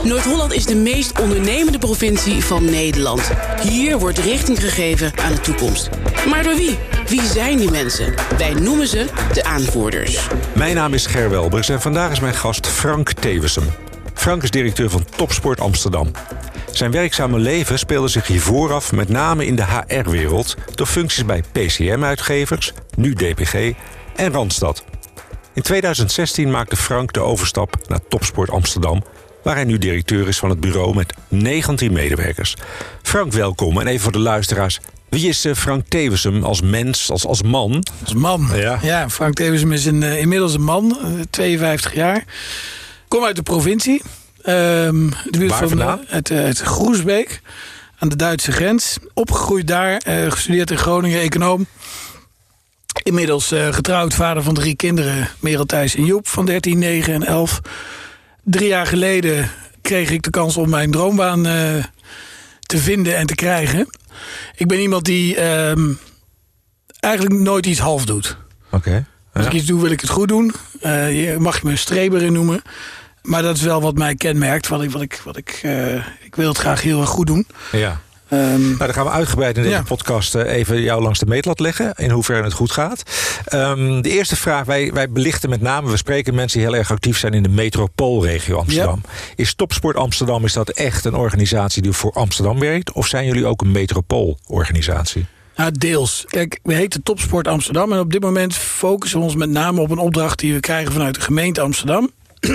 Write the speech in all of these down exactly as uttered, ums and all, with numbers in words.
Noord-Holland is de meest ondernemende provincie van Nederland. Hier wordt richting gegeven aan de toekomst. Maar door wie? Wie zijn die mensen? Wij noemen ze de aanvoerders. Mijn naam is Ger Welbers en vandaag is mijn gast Frank Thewissen. Frank is directeur van Topsport Amsterdam. Zijn werkzame leven speelde zich hiervoor af met name in de H R-wereld... door functies bij P C M-uitgevers, nu D P G en Randstad. In tweeduizend zestien maakte Frank de overstap naar Topsport Amsterdam... waar hij nu directeur is van het bureau met negentien medewerkers. Frank, welkom. En even voor de luisteraars... Wie is Frank Thewissen als mens, als, als man? Als man? Ja, ja Frank Thewissen is een, uh, inmiddels een man, uh, tweeënvijftig jaar. Kom uit de provincie. Um, de buurt Waar van, vandaan? Uh, uit, uh, uit Groesbeek, aan de Duitse grens. Opgegroeid daar, uh, gestudeerd in Groningen, econoom. Inmiddels uh, getrouwd, vader van drie kinderen. Merel, Thijs en Joep, van dertien, negen en elf. Drie jaar geleden kreeg ik de kans om mijn droombaan uh, te vinden en te krijgen. Ik ben iemand die um, eigenlijk nooit iets half doet. Oké. Okay. Ja. Als ik iets doe, wil ik het goed doen. Uh, je mag je me een streber in noemen. Maar dat is wel wat mij kenmerkt. Wat ik, wat ik, wat ik, uh, ik wil het graag heel erg goed doen. Ja. Um, nou, dan gaan we uitgebreid in deze ja. podcast uh, even jou langs de meetlat leggen. In hoeverre het goed gaat. Um, de eerste vraag, wij, wij belichten met name... we spreken mensen die heel erg actief zijn in de metropoolregio Amsterdam. Ja. Is Topsport Amsterdam, is dat echt een organisatie die voor Amsterdam werkt? Of zijn jullie ook een metropoolorganisatie? Nou, deels. Kijk, we heten Topsport Amsterdam. En op dit moment focussen we ons met name op een opdracht... die we krijgen vanuit de gemeente Amsterdam.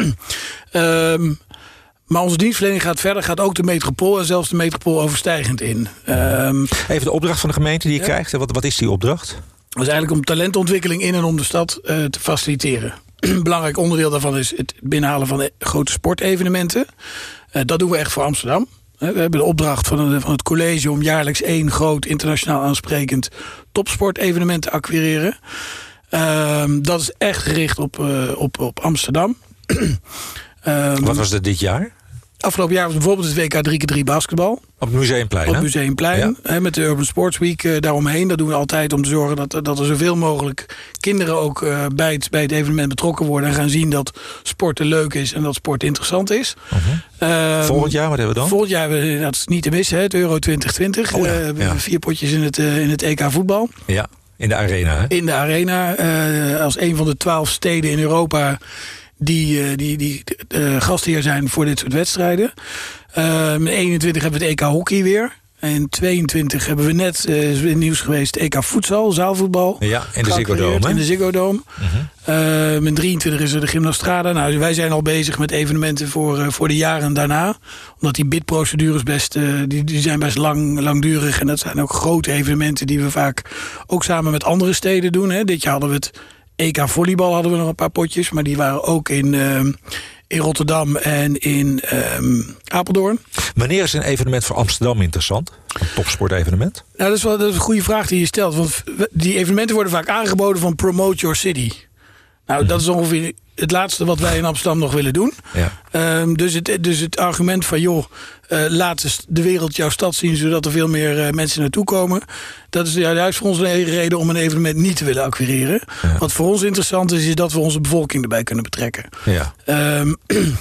um, Maar onze dienstverlening gaat verder, gaat ook de metropool en zelfs de metropool overstijgend in. Um, Even de opdracht van de gemeente die je ja. krijgt. Wat, wat is die opdracht? Dat is eigenlijk om talentontwikkeling in en om de stad uh, te faciliteren. Een belangrijk onderdeel daarvan is het binnenhalen van grote sportevenementen. Uh, dat doen we echt voor Amsterdam. Uh, we hebben de opdracht van, de, van het college om jaarlijks één groot internationaal aansprekend topsportevenement te acquireren. Uh, dat is echt gericht op, uh, op, op Amsterdam. Um, Wat was dat dit jaar? Afgelopen jaar was bijvoorbeeld het W K drie keer drie basketbal. Op het Museumplein, Op hè? het Museumplein, ja. hè, met de Urban Sports Week uh, daaromheen. Dat doen we altijd om te zorgen dat, dat er zoveel mogelijk kinderen ook uh, bij, het, bij het evenement betrokken worden. En gaan zien dat sporten leuk is en dat sport interessant is. Uh-huh. Um, volgend jaar, wat hebben we dan? Volgend jaar, dat is niet te missen, hè, het Euro twintig twintig. Oh, ja. uh, we hebben ja. vier potjes in het, uh, in het E K voetbal. Ja, in de arena, hè? In de arena, uh, als een van de twaalf steden in Europa... die, die, die uh, gastheer zijn voor dit soort wedstrijden. Uh, in eenentwintig hebben we het E K hockey weer. En in tweeëntwintig hebben we net, uh, is in het nieuws geweest, E K voedsel, zaalvoetbal. Ja, in de Ziggo Dome. In de Ziggo Dome. Uh-huh. Uh, in drieëntwintig is er de Gymnastrada. Nou, wij zijn al bezig met evenementen voor, uh, voor de jaren daarna. Omdat die bidprocedures best, uh, die, die zijn best lang, langdurig. En dat zijn ook grote evenementen die we vaak ook samen met andere steden doen. Hè. Dit jaar hadden we het E K volleybal, hadden we nog een paar potjes. Maar die waren ook in, uh, in Rotterdam en in um, Apeldoorn. Wanneer is een evenement voor Amsterdam interessant? Een topsportevenement? Nou, dat is wel dat is een goede vraag die je stelt. Want die evenementen worden vaak aangeboden van Promote Your City. Nou, hmm. dat is ongeveer het laatste wat wij in Amsterdam nog willen doen. Ja. Um, dus, het, dus het argument van, joh, uh, laat de wereld jouw stad zien... zodat er veel meer uh, mensen naartoe komen. Dat is juist voor ons een reden om een evenement niet te willen acquireren. Ja. Wat voor ons interessant is, is dat we onze bevolking erbij kunnen betrekken. Ja. Um,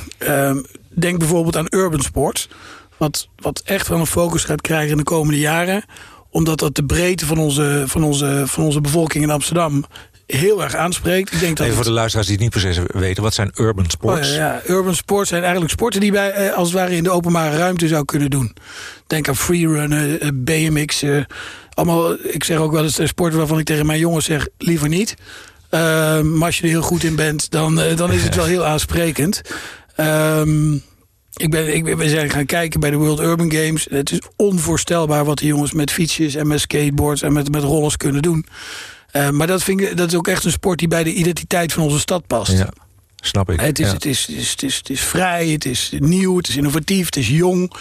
um, denk bijvoorbeeld aan urban sports. Wat, wat echt wel een focus gaat krijgen in de komende jaren. Omdat dat de breedte van onze, van onze, van onze bevolking in Amsterdam... heel erg aanspreekt. Ik denk dat Even voor de luisteraars die het niet precies weten. Wat zijn urban sports? Oh ja, ja, urban sports zijn eigenlijk sporten die wij als het ware in de openbare ruimte zou kunnen doen. Denk aan freerunnen, B M X. Uh, allemaal, ik zeg ook wel eens sporten waarvan ik tegen mijn jongens zeg, liever niet. Uh, maar als je er heel goed in bent, dan, uh, dan is het wel heel aansprekend. Um, Ik ben, ik ben, we zijn gaan kijken bij de World Urban Games. Het is onvoorstelbaar wat die jongens met fietsjes en met skateboards en met, met rollers kunnen doen. Uh, maar dat, vind ik, dat is ook echt een sport die bij de identiteit van onze stad past. Ja, snap ik. Het is, ja. het is, het is, het is, het is vrij, het is nieuw, het is innovatief, het is jong.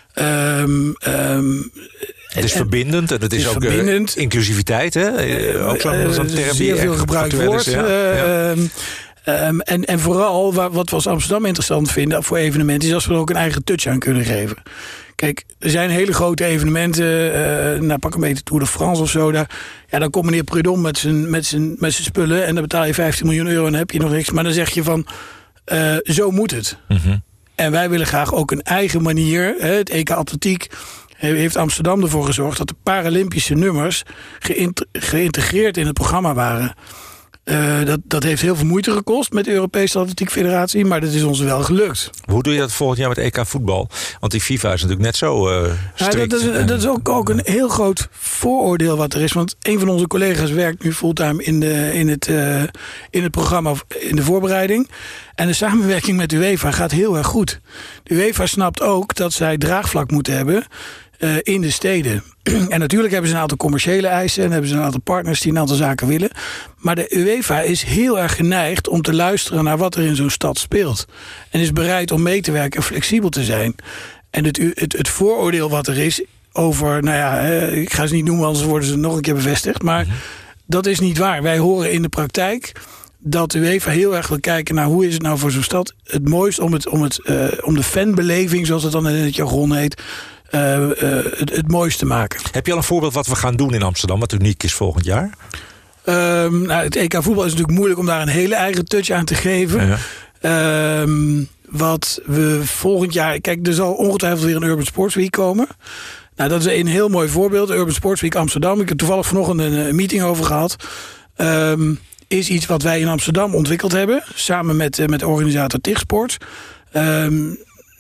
Um, um, het is en, verbindend en het is, is ook uh, inclusiviteit. Hè? Uh, ook zo'n uh, term die veel gebruikt wordt. Ja. Uh, ja. um, Um, en, en vooral, wat we als Amsterdam interessant vinden voor evenementen... is als we er ook een eigen touch aan kunnen geven. Kijk, er zijn hele grote evenementen. Uh, nou, pak een beetje Tour de France of zo. Daar, ja, dan komt meneer Prudhomme met zijn, met, zijn, met zijn spullen... en dan betaal je vijftien miljoen euro en dan heb je nog niks. Maar dan zeg je van, uh, zo moet het. Mm-hmm. En wij willen graag ook een eigen manier. Hè, het E K Atletiek heeft Amsterdam ervoor gezorgd dat de Paralympische nummers geïntegreerd in het programma waren. Uh, dat, dat heeft heel veel moeite gekost met de Europese Atletiek Federatie, maar dat is ons wel gelukt. Hoe doe je dat volgend jaar met E K voetbal? Want die FIFA is natuurlijk net zo uh, strikt. Ja, dat, is, dat is ook, ook een heel groot vooroordeel wat er is. Want een van onze collega's werkt nu fulltime in, de, in, het, uh, in het programma, in de voorbereiding. En de samenwerking met de UEFA gaat heel erg goed. De UEFA snapt ook dat zij draagvlak moeten hebben Uh, in de steden. En natuurlijk hebben ze een aantal commerciële eisen en hebben ze een aantal partners die een aantal zaken willen. Maar de UEFA is heel erg geneigd om te luisteren naar wat er in zo'n stad speelt. En is bereid om mee te werken en flexibel te zijn. En het, het, het vooroordeel wat er is over, nou ja, ik ga ze niet noemen, anders worden ze nog een keer bevestigd. Maar mm-hmm. dat is niet waar. Wij horen in de praktijk dat de UEFA heel erg wil kijken naar hoe is het nou voor zo'n stad het mooist om, het, om, het, uh, om de fanbeleving, zoals het dan in het jargon heet, Uh, uh, het, het mooiste maken. Heb je al een voorbeeld wat we gaan doen in Amsterdam, wat uniek is volgend jaar? Um, nou, het E K voetbal is natuurlijk moeilijk om daar een hele eigen touch aan te geven. Ja. Um, wat we volgend jaar... Kijk, er zal ongetwijfeld weer een Urban Sports Week komen. Nou, dat is een heel mooi voorbeeld. Urban Sports Week Amsterdam. Ik heb toevallig vanochtend een, een meeting over gehad. Um, is iets wat wij in Amsterdam ontwikkeld hebben. Samen met, uh, met de organisator TIGsport. Um,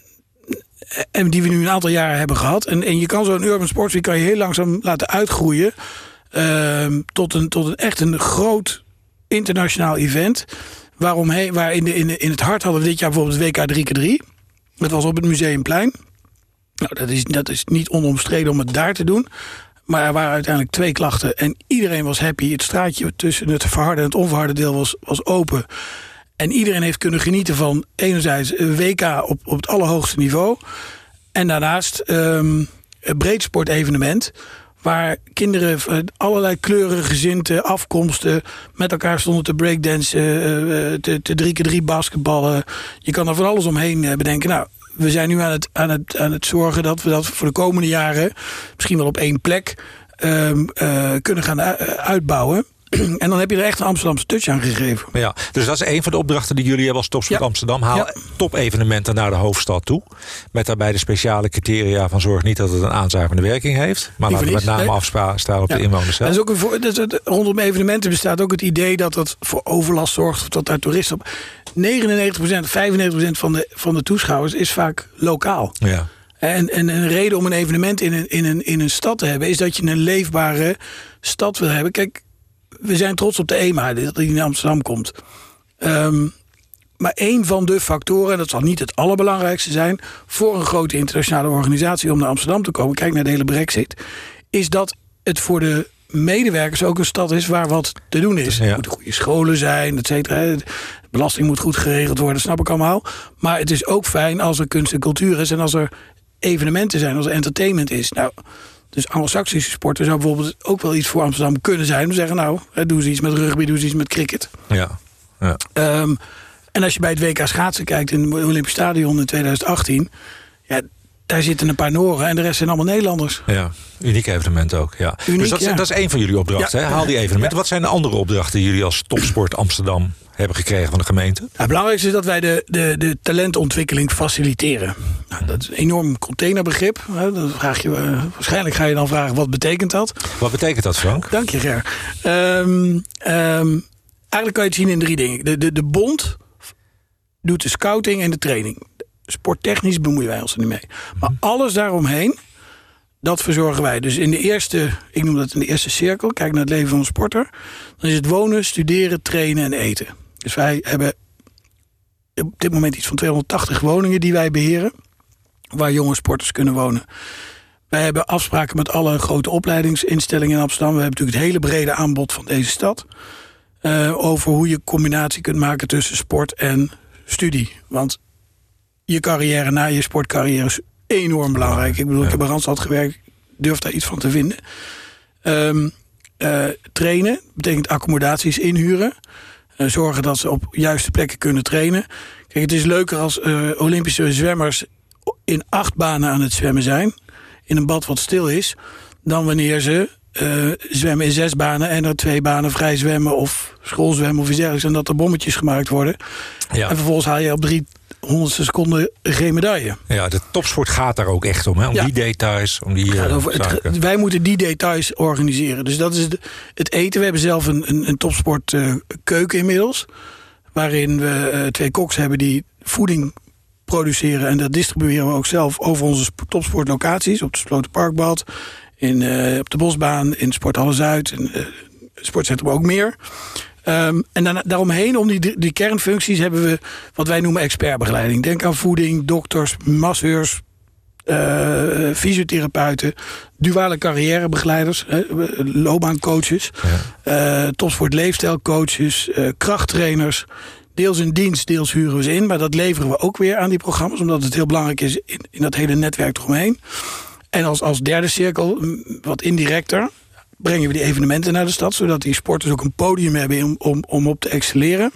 En die we nu een aantal jaren hebben gehad. En, en je kan zo'n Urban Sports Week kan je heel langzaam laten uitgroeien. Uh, tot, een, tot een echt een groot internationaal event. Waarom he, waar in, de, in, de, in het hart hadden we dit jaar bijvoorbeeld het W K drie keer drie. Dat was op het Museumplein. Nou, dat is, dat is niet onomstreden om het daar te doen. Maar er waren uiteindelijk twee klachten. En iedereen was happy. Het straatje tussen het verharde en het onverharde deel was, was open. En iedereen heeft kunnen genieten van enerzijds een W K op, op het allerhoogste niveau. En daarnaast um, een breedsportevenement. Waar kinderen van allerlei kleuren, gezinten, afkomsten met elkaar stonden te breakdansen, uh, te, te drie keer drie basketballen. Je kan er van alles omheen bedenken. Nou, we zijn nu aan het, aan het, aan het zorgen dat we dat voor de komende jaren misschien wel op één plek um, uh, kunnen gaan uitbouwen. En dan heb je er echt een Amsterdamse touch aan gegeven. Ja, dus dat is een van de opdrachten die jullie hebben als Topsport ja. Amsterdam. Haal ja. top-evenementen naar de hoofdstad toe. Met daarbij de speciale criteria van zorg niet dat het een aanzuigende werking heeft. Maar laten we met name nee. afstaan op ja. de inwoners zelf. Dat is ook een voor, dat is het, rondom evenementen bestaat ook het idee dat dat voor overlast zorgt. Of dat daar toeristen op. negenennegentig procent, vijfennegentig procent van de, van de toeschouwers is vaak lokaal. Ja. En, en een reden om een evenement in een, in, een, in een stad te hebben is dat je een leefbare stad wil hebben. Kijk, we zijn trots op de E M A, dat die in Amsterdam komt. Um, maar één van de factoren, en dat zal niet het allerbelangrijkste zijn voor een grote internationale organisatie om naar Amsterdam te komen, kijk naar de hele Brexit, is dat het voor de medewerkers ook een stad is waar wat te doen is. Ja. Er moeten goede scholen zijn, et cetera. De belasting moet goed geregeld worden, snap ik allemaal. Maar het is ook fijn als er kunst en cultuur is en als er evenementen zijn, als er entertainment is. Nou, dus Anglo-Saxische sporten zou bijvoorbeeld ook wel iets voor Amsterdam kunnen zijn. We zeggen nou, doe ze iets met rugby, doe ze iets met cricket. Ja. ja. Um, en als je bij het W K schaatsen kijkt in het Olympisch Stadion in twintig achttien... Ja, daar zitten een paar Noren en de rest zijn allemaal Nederlanders. Ja, uniek evenement ook. Ja. Uniek, dus dat is, ja. dat is één van jullie opdrachten. Ja. Hè? Haal die evenementen. Ja. Wat zijn de andere opdrachten die jullie als Topsport Amsterdam hebben gekregen van de gemeente? Nou, het belangrijkste is dat wij de, de, de talentontwikkeling faciliteren. Nou, dat is een enorm containerbegrip. Dan vraag je, uh, waarschijnlijk ga je dan vragen, wat betekent dat? Wat betekent dat, Frank? Dank je, Ger. Um, um, eigenlijk kan je het zien in drie dingen. De, de, de bond doet de scouting en de training. Sporttechnisch bemoeien wij ons er niet mee. Maar alles daaromheen, dat verzorgen wij. Dus in de eerste, ik noem dat in de eerste cirkel, kijk naar het leven van een sporter. Dan is het wonen, studeren, trainen en eten. Dus wij hebben op dit moment iets van tweehonderdtachtig woningen die wij beheren. Waar jonge sporters kunnen wonen. Wij hebben afspraken met alle grote opleidingsinstellingen in Amsterdam. We hebben natuurlijk het hele brede aanbod van deze stad. Uh, over hoe je combinatie kunt maken tussen sport en studie. Want je carrière na je sportcarrière is enorm belangrijk. Ik bedoel, ja. ik heb bij Randstad gewerkt, durf daar iets van te vinden. Um, uh, trainen betekent accommodaties inhuren. Uh, zorgen dat ze op juiste plekken kunnen trainen. Kijk, het is leuker als uh, Olympische zwemmers in acht banen aan het zwemmen zijn. In een bad wat stil is. Dan wanneer ze uh, zwemmen in zes banen en er twee banen vrij zwemmen of schoolzwemmen of iets dergelijks. En dat er bommetjes gemaakt worden. Ja. En vervolgens haal je op drie honderdste seconde geen medaille. Ja, de topsport gaat daar ook echt om. Hè? Om ja. die details. Om die, uh, over het, wij moeten die details organiseren. Dus dat is het, het eten. We hebben zelf een, een, een topsport uh, keuken inmiddels. Waarin we uh, twee koks hebben die voeding produceren. En dat distribueren we ook zelf over onze topsportlocaties. Op de Slotenparkbad, in, uh, op de Bosbaan, in Sporthalle Zuid, in uh, Sportcentrum ook meer. Um, en dan, daaromheen, om die, die kernfuncties, hebben we wat wij noemen expertbegeleiding. Denk aan voeding, dokters, masseurs, uh, fysiotherapeuten, duale carrièrebegeleiders, uh, loopbaancoaches, ja. uh, topsport leefstijlcoaches, uh, krachttrainers. Deels in dienst, deels huren we ze in. Maar dat leveren we ook weer aan die programma's, omdat het heel belangrijk is in, in dat hele netwerk eromheen. En als, als derde cirkel, wat indirecter, brengen we die evenementen naar de stad, zodat die sporters ook een podium hebben om, om, om op te excelleren.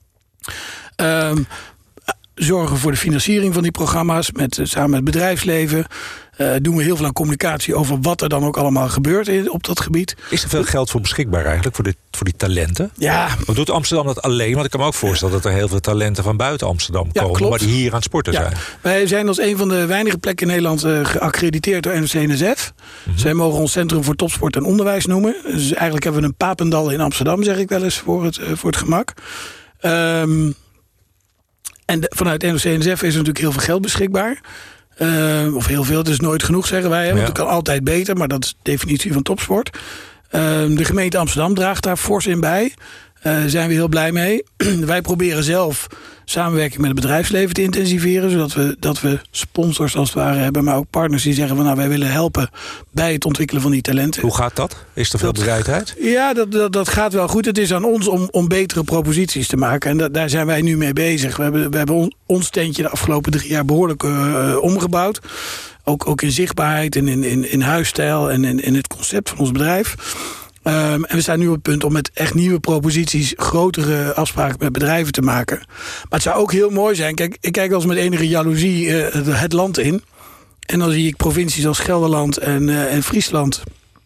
Um, zorgen voor de financiering van die programma's, met, samen met het bedrijfsleven. Uh, doen we heel veel aan communicatie over wat er dan ook allemaal gebeurt in, op dat gebied. Is er veel geld voor beschikbaar eigenlijk, voor, dit, voor die talenten? Ja. Want doet Amsterdam dat alleen? Want ik kan me ook voorstellen dat er heel veel talenten van buiten Amsterdam komen, ja, maar die hier aan het sporten ja. zijn. Wij zijn als een van de weinige plekken in Nederland uh, geaccrediteerd door N O C N S F. Mm-hmm. Zij mogen ons Centrum voor Topsport en Onderwijs noemen. Dus eigenlijk hebben we een papendal in Amsterdam, zeg ik wel eens, voor het, uh, voor het gemak. Um, en de, vanuit N O C N S F is er natuurlijk heel veel geld beschikbaar. Uh, of heel veel, het is nooit genoeg, zeggen wij. Hè? Want ja. het kan altijd beter, maar dat is de definitie van topsport. Uh, de gemeente Amsterdam draagt daar fors in bij. Daar uh, zijn we heel blij mee. Wij proberen zelf samenwerking met het bedrijfsleven te intensiveren. Zodat we, dat we sponsors als het ware hebben. Maar ook partners die zeggen van nou wij willen helpen bij het ontwikkelen van die talenten. Hoe gaat dat? Is er veel bereidheid? Ja, dat, dat, dat gaat wel goed. Het is aan ons om, om betere proposities te maken. En da, daar zijn wij nu mee bezig. We hebben, we hebben on, ons tentje de afgelopen drie jaar behoorlijk uh, omgebouwd. Ook, ook in zichtbaarheid en in, in, in huisstijl en in, in het concept van ons bedrijf. Um, en we staan nu op het punt om met echt nieuwe proposities grotere afspraken met bedrijven te maken. Maar het zou ook heel mooi zijn. Kijk, ik kijk wel eens met enige jaloezie uh, het land in. En dan zie ik provincies als Gelderland en, uh, en Friesland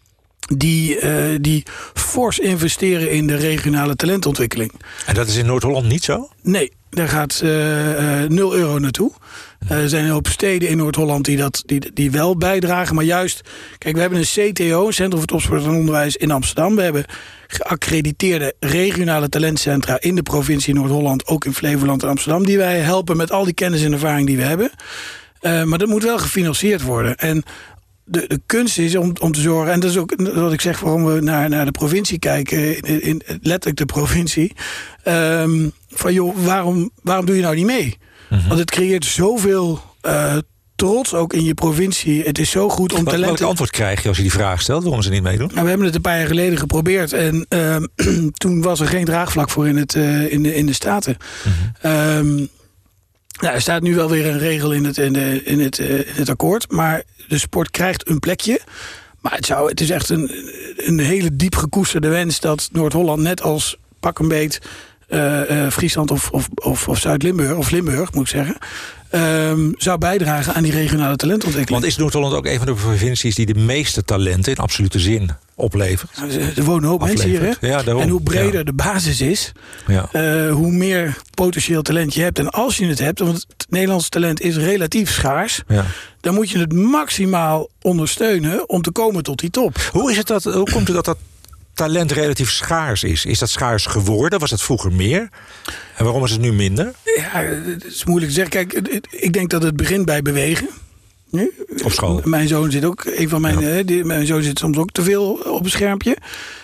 die, uh, die fors investeren in de regionale talentontwikkeling. En dat is in Noord-Holland niet zo? Nee, daar gaat uh, uh, nul euro naartoe. Uh, er zijn een hoop steden in Noord-Holland die, dat, die, die wel bijdragen. Maar juist, kijk, we hebben een C T O, een Centrum voor Topsport en Onderwijs in Amsterdam. We hebben geaccrediteerde regionale talentcentra in de provincie Noord-Holland, ook in Flevoland en Amsterdam, die wij helpen met al die kennis en ervaring die we hebben. Uh, maar dat moet wel gefinancierd worden. En de, de kunst is om, om te zorgen, en dat is ook wat ik zeg waarom we naar, naar de provincie kijken, in, in, letterlijk de provincie. Um, van joh, waarom, waarom doe je nou niet mee? Mm-hmm. Want het creëert zoveel uh, trots ook in je provincie. Het is zo goed om wat, talenten... Welk antwoord krijg je als je die vraag stelt waarom ze niet meedoen? Nou, we hebben het een paar jaar geleden geprobeerd. En uh, toen was er geen draagvlak voor in, het, uh, in, de, in de Staten. Mm-hmm. Um, nou, er staat nu wel weer een regel in het, in, de, in, het, uh, in het akkoord. Maar de sport krijgt een plekje. Maar het, zou, het is echt een, een hele diep gekoesterde wens dat Noord-Holland net als pak een beet Uh, uh, Friesland of, of, of, of Zuid-Limburg, of Limburg moet ik zeggen, um, zou bijdragen aan die regionale talentontwikkeling. Want is Noord-Holland ook een van de provincies die de meeste talenten in absolute zin oplevert? Nou, er wonen een hoop mensen hier, hè? Ja, en hoe breder ja. de basis is, ja. uh, hoe meer potentieel talent je hebt. En als je het hebt, want het Nederlandse talent is relatief schaars, ja. dan moet je het maximaal ondersteunen om te komen tot die top. Hoe is het dat? Hoe komt het dat dat talent relatief schaars is? Is dat schaars geworden? Was het vroeger meer? En waarom is het nu minder? Ja, het is moeilijk te zeggen. Kijk, ik denk dat het begint bij bewegen. Nee? Op school. Mijn zoon zit ook, een van mijn, ja. die, mijn zoon zit soms ook te veel op een schermpje.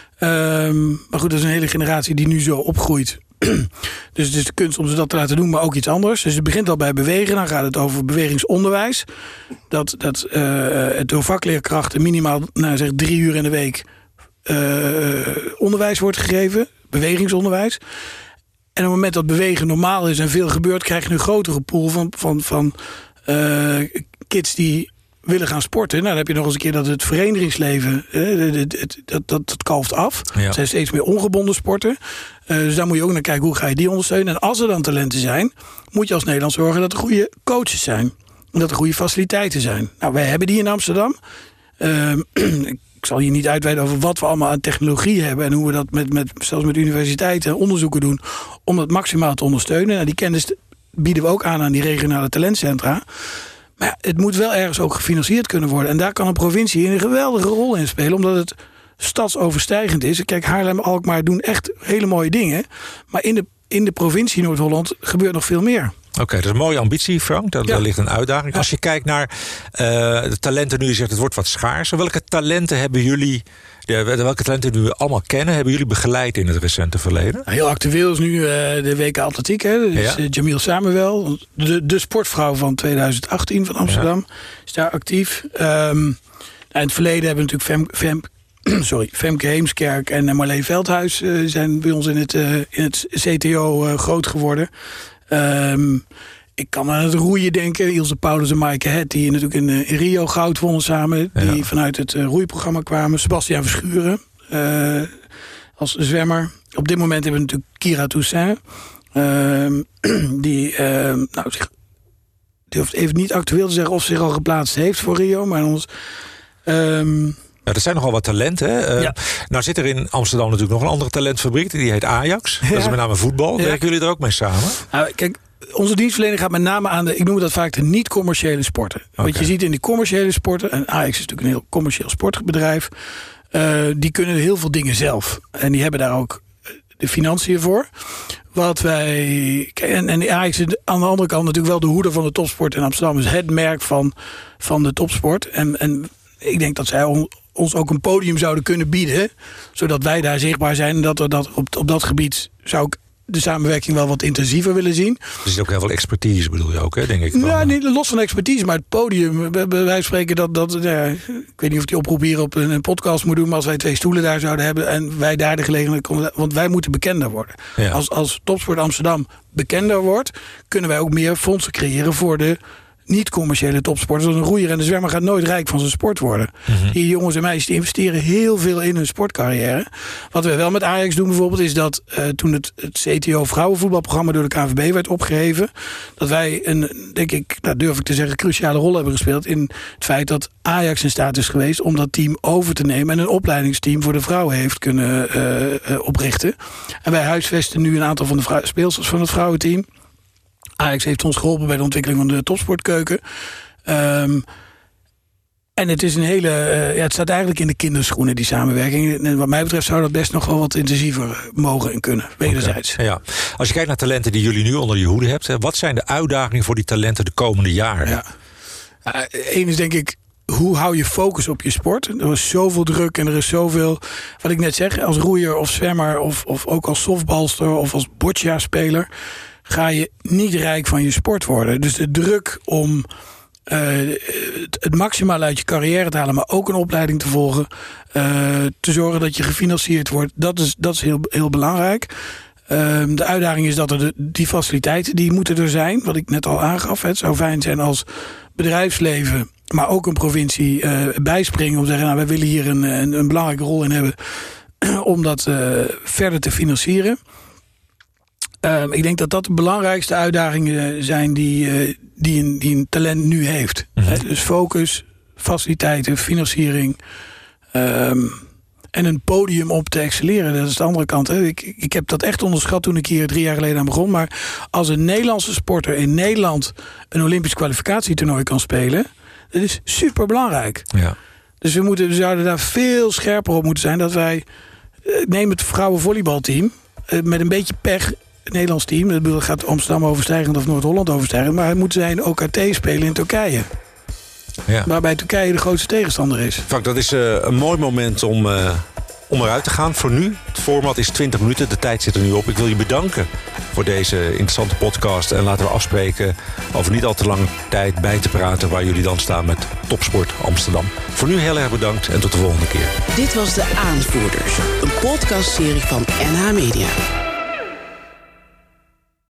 Um, maar goed, dat is een hele generatie die nu zo opgroeit. Dus het is de kunst om ze dat te laten doen, maar ook iets anders. Dus het begint al bij bewegen. Dan gaat het over bewegingsonderwijs. Dat, dat uh, het door vakleerkrachten minimaal nou, zeg, drie uur in de week Uh, onderwijs wordt gegeven, bewegingsonderwijs. En op het moment dat bewegen normaal is en veel gebeurt, krijg je een grotere pool van, van, van uh, kids die willen gaan sporten. Nou, dan heb je nog eens een keer dat het verenigingsleven, uh, het, het, dat, dat, dat kalft af. Ja. Er zijn steeds meer ongebonden sporten. Uh, dus daar moet je ook naar kijken, hoe ga je die ondersteunen. En als er dan talenten zijn, moet je als Nederland zorgen dat er goede coaches zijn. En dat er goede faciliteiten zijn. Nou, wij hebben die in Amsterdam. Uh, Ik zal hier niet uitweiden over wat we allemaal aan technologie hebben en hoe we dat met, met zelfs met universiteiten onderzoeken doen om dat maximaal te ondersteunen. Nou, die kennis bieden we ook aan aan die regionale talentcentra. Maar ja, het moet wel ergens ook gefinancierd kunnen worden. En daar kan een provincie een geweldige rol in spelen, omdat het stadsoverstijgend is. Kijk, Haarlem en Alkmaar doen echt hele mooie dingen. Maar in de, in de provincie Noord-Holland gebeurt nog veel meer. Oké, okay, dat is een mooie ambitie, Frank. Daar, ja. daar ligt een uitdaging. Ja. Als je kijkt naar uh, de talenten nu, je zegt het wordt wat schaarser. Welke talenten hebben jullie, de, welke talenten nu allemaal kennen, hebben jullie begeleid in het recente verleden? Nou, heel actueel is nu uh, de W K Atletiek. Hè. Dus, ja. uh, Jamil Samuel, de, de sportvrouw van tweeduizend achttien van Amsterdam, ja. is daar actief. Um, in het verleden hebben we natuurlijk Fem, Fem, sorry, Femke Heemskerk en Marleen Veldhuis uh, zijn bij ons in het, uh, in het C T O uh, groot geworden. Um, ik kan aan het roeien denken. Ilse Paulus en Maaike Het, die natuurlijk in, in Rio goud wonnen samen. Die ja. vanuit het uh, roeiprogramma kwamen. Sebastiaan Verschuren uh, als zwemmer. Op dit moment hebben we natuurlijk Kira Toussaint. Uh, die, uh, nou, zich, die hoeft even niet actueel te zeggen of zich al geplaatst heeft voor Rio. Maar anders... Um, Ja, er zijn nogal wat talenten. Hè? Uh, ja. Nou zit er in Amsterdam natuurlijk nog een andere talentfabriek. Die heet Ajax. Ja. Dat is met name voetbal. Ja. Werken jullie er ook mee samen? Nou, kijk, onze dienstverlening gaat met name aan de, ik noem dat vaak de niet-commerciële sporten. Okay. Wat je ziet in die commerciële sporten, en Ajax is natuurlijk een heel commercieel sportbedrijf, uh, die kunnen heel veel dingen zelf. En die hebben daar ook de financiën voor. Wat wij, en, en Ajax is aan de andere kant natuurlijk wel de hoeder van de topsport in Amsterdam. Dus het merk van, van de topsport. En, en ik denk dat zij on, ons ook een podium zouden kunnen bieden, zodat wij daar zichtbaar zijn. En dat we dat op, op dat gebied zou ik de samenwerking wel wat intensiever willen zien. Er zit ook heel veel expertise, bedoel je ook, hè, denk ik? Nou, niet los van expertise, maar het podium. Wij spreken dat, dat ja, ik weet niet of die oproep hier op een podcast moet doen, maar als wij twee stoelen daar zouden hebben en wij daar de gelegenheid konden, want wij moeten bekender worden. Ja. Als, als Topsport Amsterdam bekender wordt, kunnen wij ook meer fondsen creëren voor de niet-commerciële topsporters. Want een roeier en de zwemmer gaat nooit rijk van zijn sport worden. Mm-hmm. Die jongens en meisjes die investeren heel veel in hun sportcarrière. Wat we wel met Ajax doen bijvoorbeeld, is dat uh, toen het, het C T O vrouwenvoetbalprogramma door de K N V B werd opgeheven, dat wij een, denk ik, nou durf ik te zeggen, cruciale rol hebben gespeeld in het feit dat Ajax in staat is geweest om dat team over te nemen en een opleidingsteam voor de vrouwen heeft kunnen uh, uh, oprichten. En wij huisvesten nu een aantal van de vrou- speelsters van het vrouwenteam. Ajax heeft ons geholpen bij de ontwikkeling van de topsportkeuken. Um, en het is een hele, uh, ja, het staat eigenlijk in de kinderschoenen, die samenwerking. En wat mij betreft zou dat best nog wel wat intensiever mogen en kunnen, wederzijds. Okay, ja. Als je kijkt naar talenten die jullie nu onder je hoede hebt, wat zijn de uitdagingen voor die talenten de komende jaren? Ja. Eén uh, is denk ik, hoe hou je focus op je sport? Er is zoveel druk en er is zoveel, wat ik net zeg, als roeier of zwemmer of, of ook als softbalster of als boccia-speler, ga je niet rijk van je sport worden. Dus de druk om uh, het, het maximaal uit je carrière te halen, maar ook een opleiding te volgen, uh, te zorgen dat je gefinancierd wordt, dat is, dat is heel, heel belangrijk. Uh, de uitdaging is dat er de, die faciliteiten, die moeten er zijn, wat ik net al aangaf. Het zou fijn zijn als bedrijfsleven, maar ook een provincie uh, bijspringen om te zeggen, nou, wij willen hier een, een, een belangrijke rol in hebben om dat uh, verder te financieren. Uh, ik denk dat dat de belangrijkste uitdagingen zijn die, uh, die, een, die een talent nu heeft. Mm-hmm. He, dus focus, faciliteiten, financiering um, en een podium op te excelleren. Dat is de andere kant. Hè. Ik, ik heb dat echt onderschat toen ik hier drie jaar geleden aan begon. Maar als een Nederlandse sporter in Nederland een Olympisch kwalificatietoernooi kan spelen, dat is super belangrijk. Ja. Dus we, moeten, we zouden daar veel scherper op moeten zijn. Dat wij, neem het vrouwenvolleybalteam, uh, met een beetje pech, het Nederlands team, dat gaat Amsterdam overstijgend of Noord-Holland overstijgend, maar hij moet zijn O K T spelen in Turkije. Ja. Waarbij Turkije de grootste tegenstander is. Frank, dat is uh, een mooi moment om, uh, om eruit te gaan voor nu. Het format is twintig minuten, de tijd zit er nu op. Ik wil je bedanken voor deze interessante podcast. En laten we afspreken over niet al te lange tijd bij te praten waar jullie dan staan met Topsport Amsterdam. Voor nu heel erg bedankt en tot de volgende keer. Dit was De Aanvoerders, een podcastserie van N H Media.